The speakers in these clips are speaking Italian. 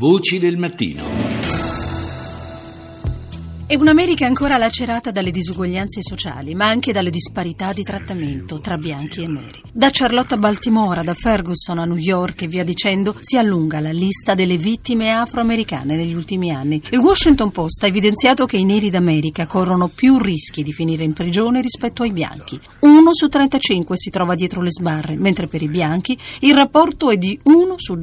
Voci del mattino. È un'America ancora lacerata dalle disuguaglianze sociali, ma anche dalle disparità di trattamento tra bianchi e neri. Da Charlotte a Baltimora, da Ferguson a New York e via dicendo, si allunga la lista delle vittime afroamericane negli ultimi anni. Il Washington Post ha evidenziato che i neri d'America corrono più rischi di finire in prigione rispetto ai bianchi. 1 su 35 si trova dietro le sbarre, mentre per i bianchi il rapporto è di 1 su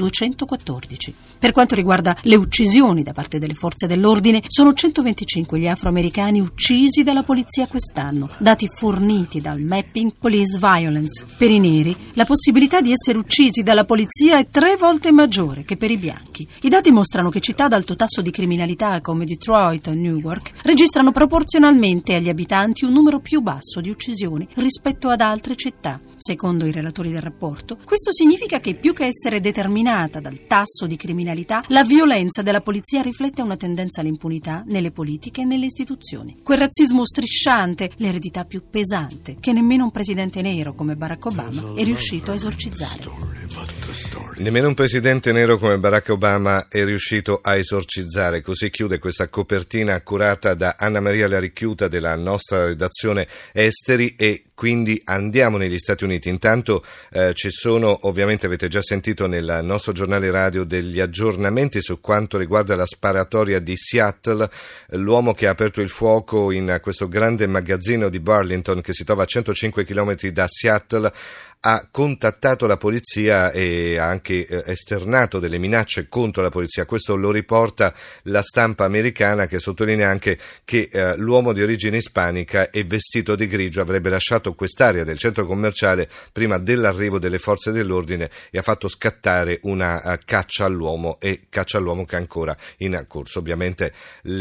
214. Per quanto riguarda le uccisioni da parte delle forze dell'ordine, sono 125 gli afroamericani uccisi dalla polizia quest'anno, dati forniti dal Mapping Police Violence. Per i neri, la possibilità di essere uccisi dalla polizia è 3 volte maggiore che per i bianchi. I dati mostrano che città ad alto tasso di criminalità come Detroit o Newark registrano proporzionalmente agli abitanti un numero più basso di uccisioni rispetto ad altre città. Secondo i relatori del rapporto, questo significa che più che essere determinata dal tasso di criminalità, la violenza della polizia riflette una tendenza all'impunità nelle politiche e nelle istituzioni. Quel razzismo strisciante, l'eredità più pesante, che nemmeno un presidente nero come Barack Obama è riuscito a esorcizzare. Nemmeno un presidente nero come Barack Obama è riuscito a esorcizzare. Così chiude questa copertina curata da Anna Maria Laricchiuta della nostra redazione esteri, e quindi andiamo negli Stati Uniti. Intanto ci sono, ovviamente avete già sentito nel nostro giornale radio, degli aggiornamenti su quanto riguarda la sparatoria di Seattle. L'uomo che ha aperto il fuoco in questo grande magazzino di Burlington, che si trova a 105 km da Seattle, ha contattato la polizia e ha anche esternato delle minacce contro la polizia. Questo lo riporta la stampa americana, che sottolinea anche che l'uomo di origine ispanica e vestito di grigio avrebbe lasciato quest'area del centro commerciale prima dell'arrivo delle forze dell'ordine e ha fatto scattare una caccia all'uomo che è ancora in corso. Ovviamente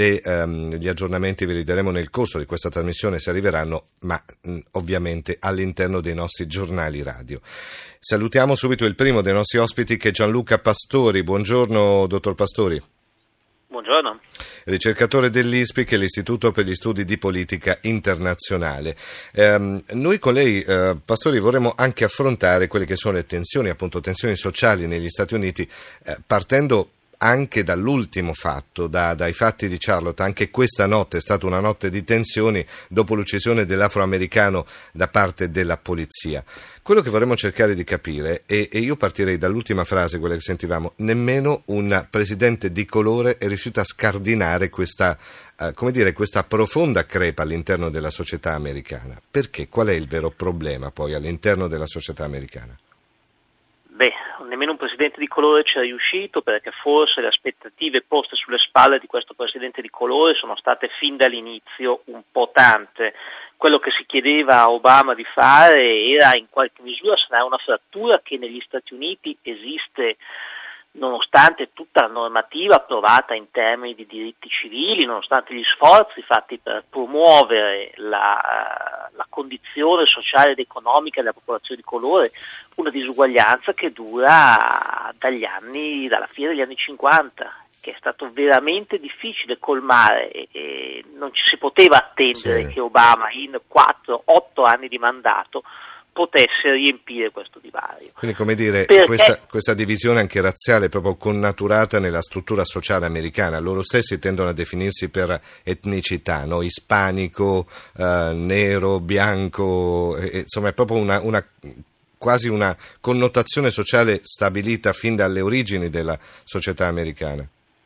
gli aggiornamenti ve li daremo nel corso di questa trasmissione, se arriveranno, ma ovviamente all'interno dei nostri giornali radio. Salutiamo subito il primo dei nostri ospiti, che è Gianluca Pastori. Buongiorno, dottor Pastori. Buongiorno. Ricercatore dell'ISPI, che è l'Istituto per gli Studi di Politica Internazionale. Noi con lei, Pastori, vorremmo anche affrontare quelle che sono le tensioni sociali negli Stati Uniti, partendo anche dall'ultimo fatto, dai fatti di Charlotte. Anche questa notte è stata una notte di tensioni dopo l'uccisione dell'afroamericano da parte della polizia. Quello che vorremmo cercare di capire, e io partirei dall'ultima frase, quella che sentivamo: nemmeno un presidente di colore è riuscito a scardinare questa profonda crepa all'interno della società americana. Perché? Qual è il vero problema poi all'interno della società americana? Nemmeno un presidente di colore ci è riuscito, perché forse le aspettative poste sulle spalle di questo presidente di colore sono state fin dall'inizio un po' tante. Quello che si chiedeva a Obama di fare era in qualche misura sanare una frattura che negli Stati Uniti esiste, nonostante tutta la normativa approvata in termini di diritti civili, nonostante gli sforzi fatti per promuovere la condizione sociale ed economica della popolazione di colore, una disuguaglianza che dura dalla fine degli anni 50, che è stato veramente difficile colmare, e non ci si poteva attendere che Obama in 4-8 anni di mandato potesse riempire questo divario. Quindi, come dire, questa divisione anche razziale è proprio connaturata nella struttura sociale americana. Loro stessi tendono a definirsi per etnicità, no? Ispanico, nero, bianco, insomma è proprio quasi una connotazione sociale stabilita fin dalle origini della società americana.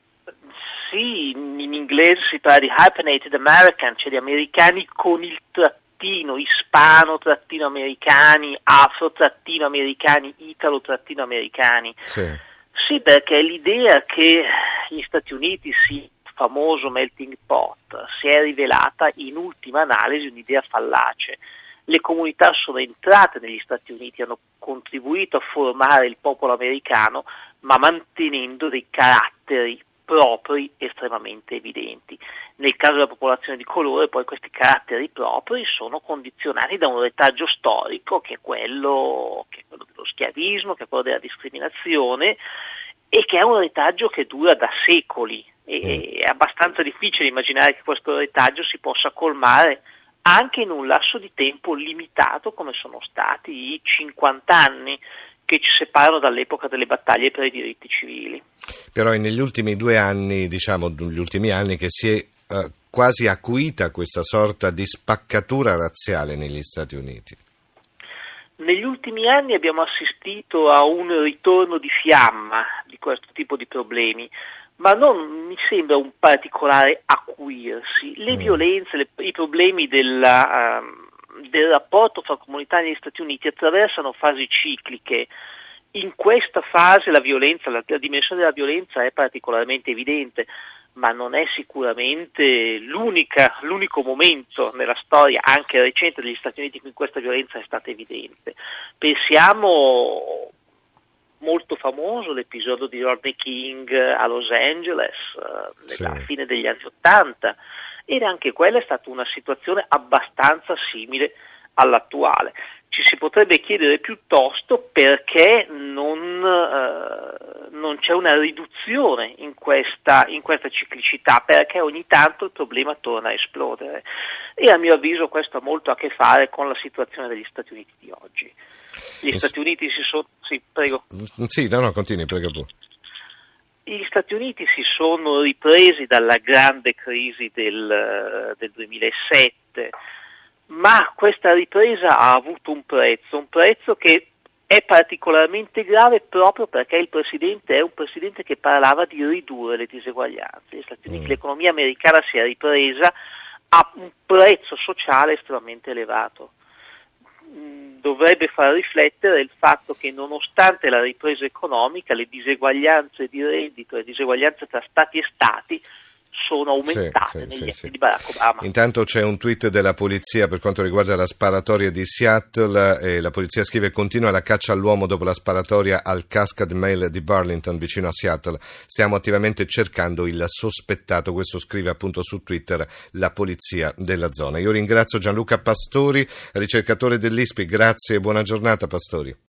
Sì, in inglese si parla di hyphenated American, cioè di americani con il trattino, ispano-americani, afro-americani, italo-americani. Sì, perché l'idea che gli Stati Uniti sia il famoso melting pot si è rivelata in ultima analisi un'idea fallace. Le comunità sono entrate negli Stati Uniti, hanno contribuito a formare il popolo americano, ma mantenendo dei caratteri propri estremamente evidenti. Nel caso della popolazione di colore, poi, questi caratteri propri sono condizionati da un retaggio storico che è quello dello schiavismo, che è quello della discriminazione, e che è un retaggio che dura da secoli. E è abbastanza difficile immaginare che questo retaggio si possa colmare anche in un lasso di tempo limitato come sono stati i 50 anni che ci separano dall'epoca delle battaglie per i diritti civili. Però è negli ultimi 2 anni, gli ultimi anni, che si è quasi acuita questa sorta di spaccatura razziale negli Stati Uniti. Negli ultimi anni abbiamo assistito a un ritorno di fiamma di questo tipo di problemi, ma non mi sembra un particolare acuirsi. Le violenze, i problemi del rapporto fra comunità negli Stati Uniti attraversano fasi cicliche. In questa fase la dimensione della violenza è particolarmente evidente, ma non è sicuramente l'unico momento nella storia, anche recente, degli Stati Uniti in cui questa violenza è stata evidente. Pensiamo, molto famoso, l'episodio di Rodney King a Los Angeles nella fine degli anni '80, ed anche quella è stata una situazione abbastanza simile all'attuale. Ci si potrebbe chiedere piuttosto perché non c'è una riduzione in questa ciclicità, perché ogni tanto il problema torna a esplodere, e a mio avviso questo ha molto a che fare con la situazione degli Stati Uniti di oggi. Gli Stati Uniti Sì, prego. Sì, no, continui, prego. Gli Stati Uniti si sono ripresi dalla grande crisi del 2007, ma questa ripresa ha avuto un prezzo che è particolarmente grave proprio perché il presidente è un presidente che parlava di ridurre le diseguaglianze. Negli Stati Uniti l'economia americana si è ripresa a un prezzo sociale estremamente elevato. Dovrebbe far riflettere il fatto che nonostante la ripresa economica le diseguaglianze di reddito e le diseguaglianze tra stati e stati sono aumentate negli anni di Barack Obama. Intanto c'è un tweet della polizia per quanto riguarda la sparatoria di Seattle, e la polizia scrive: continua la caccia all'uomo dopo la sparatoria al Cascade Mall di Burlington vicino a Seattle, stiamo attivamente cercando il sospettato. Questo scrive appunto su Twitter la polizia della zona. Io ringrazio Gianluca Pastori, ricercatore dell'ISPI. Grazie e buona giornata, Pastori.